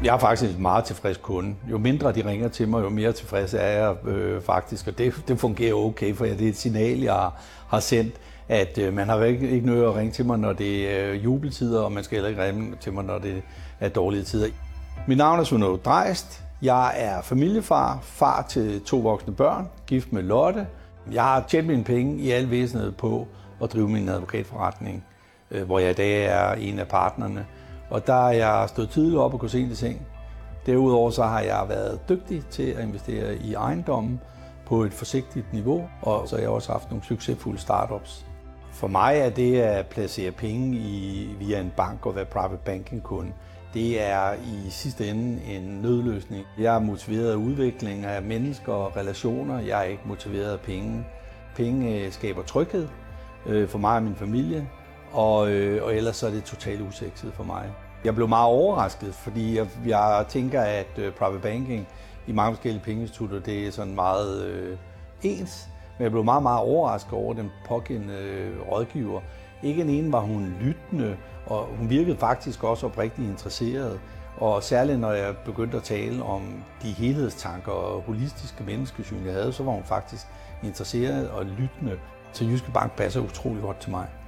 Jeg er faktisk en meget tilfreds kunde. Jo mindre de ringer til mig, jo mere tilfreds er jeg faktisk. Og det fungerer okay, for det er et signal, jeg har sendt, at man har ikke nødt at ringe til mig, når det er jubeltider, og man skal heller ikke ringe til mig, når det er dårlige tider. Mit navn er Svend Aage Dreist. Jeg er familiefar, far til 2 voksne børn, gift med Lotte. Jeg har tjent mine penge i al væsenhed på at drive min advokatforretning, hvor jeg i dag er en af partnerne. Og der har jeg stået tidligt op og kunne se det ting. Derudover så har jeg været dygtig til at investere i ejendommen på et forsigtigt niveau, og så har jeg også haft nogle succesfulde startups. For mig er det at placere penge via en bank og være private banking kunde, det er i sidste ende en nødløsning. Jeg er motiveret af udvikling af mennesker og relationer. Jeg er ikke motiveret af penge. Penge skaber tryghed for mig og min familie, og ellers så er det totalt usekset for mig. Jeg blev meget overrasket, fordi jeg tænker, at private banking i mange forskellige pengeinstitutter, det er sådan meget ens. Men jeg blev meget, meget overrasket over den pågældende rådgiver. Ikke alene var hun lyttende, og hun virkede faktisk også oprigtigt interesseret. Og særligt når jeg begyndte at tale om de helhedstanker og holistiske menneskesyn, jeg havde, så var hun faktisk interesseret og lyttende. Så Jyske Bank passer utrolig godt til mig.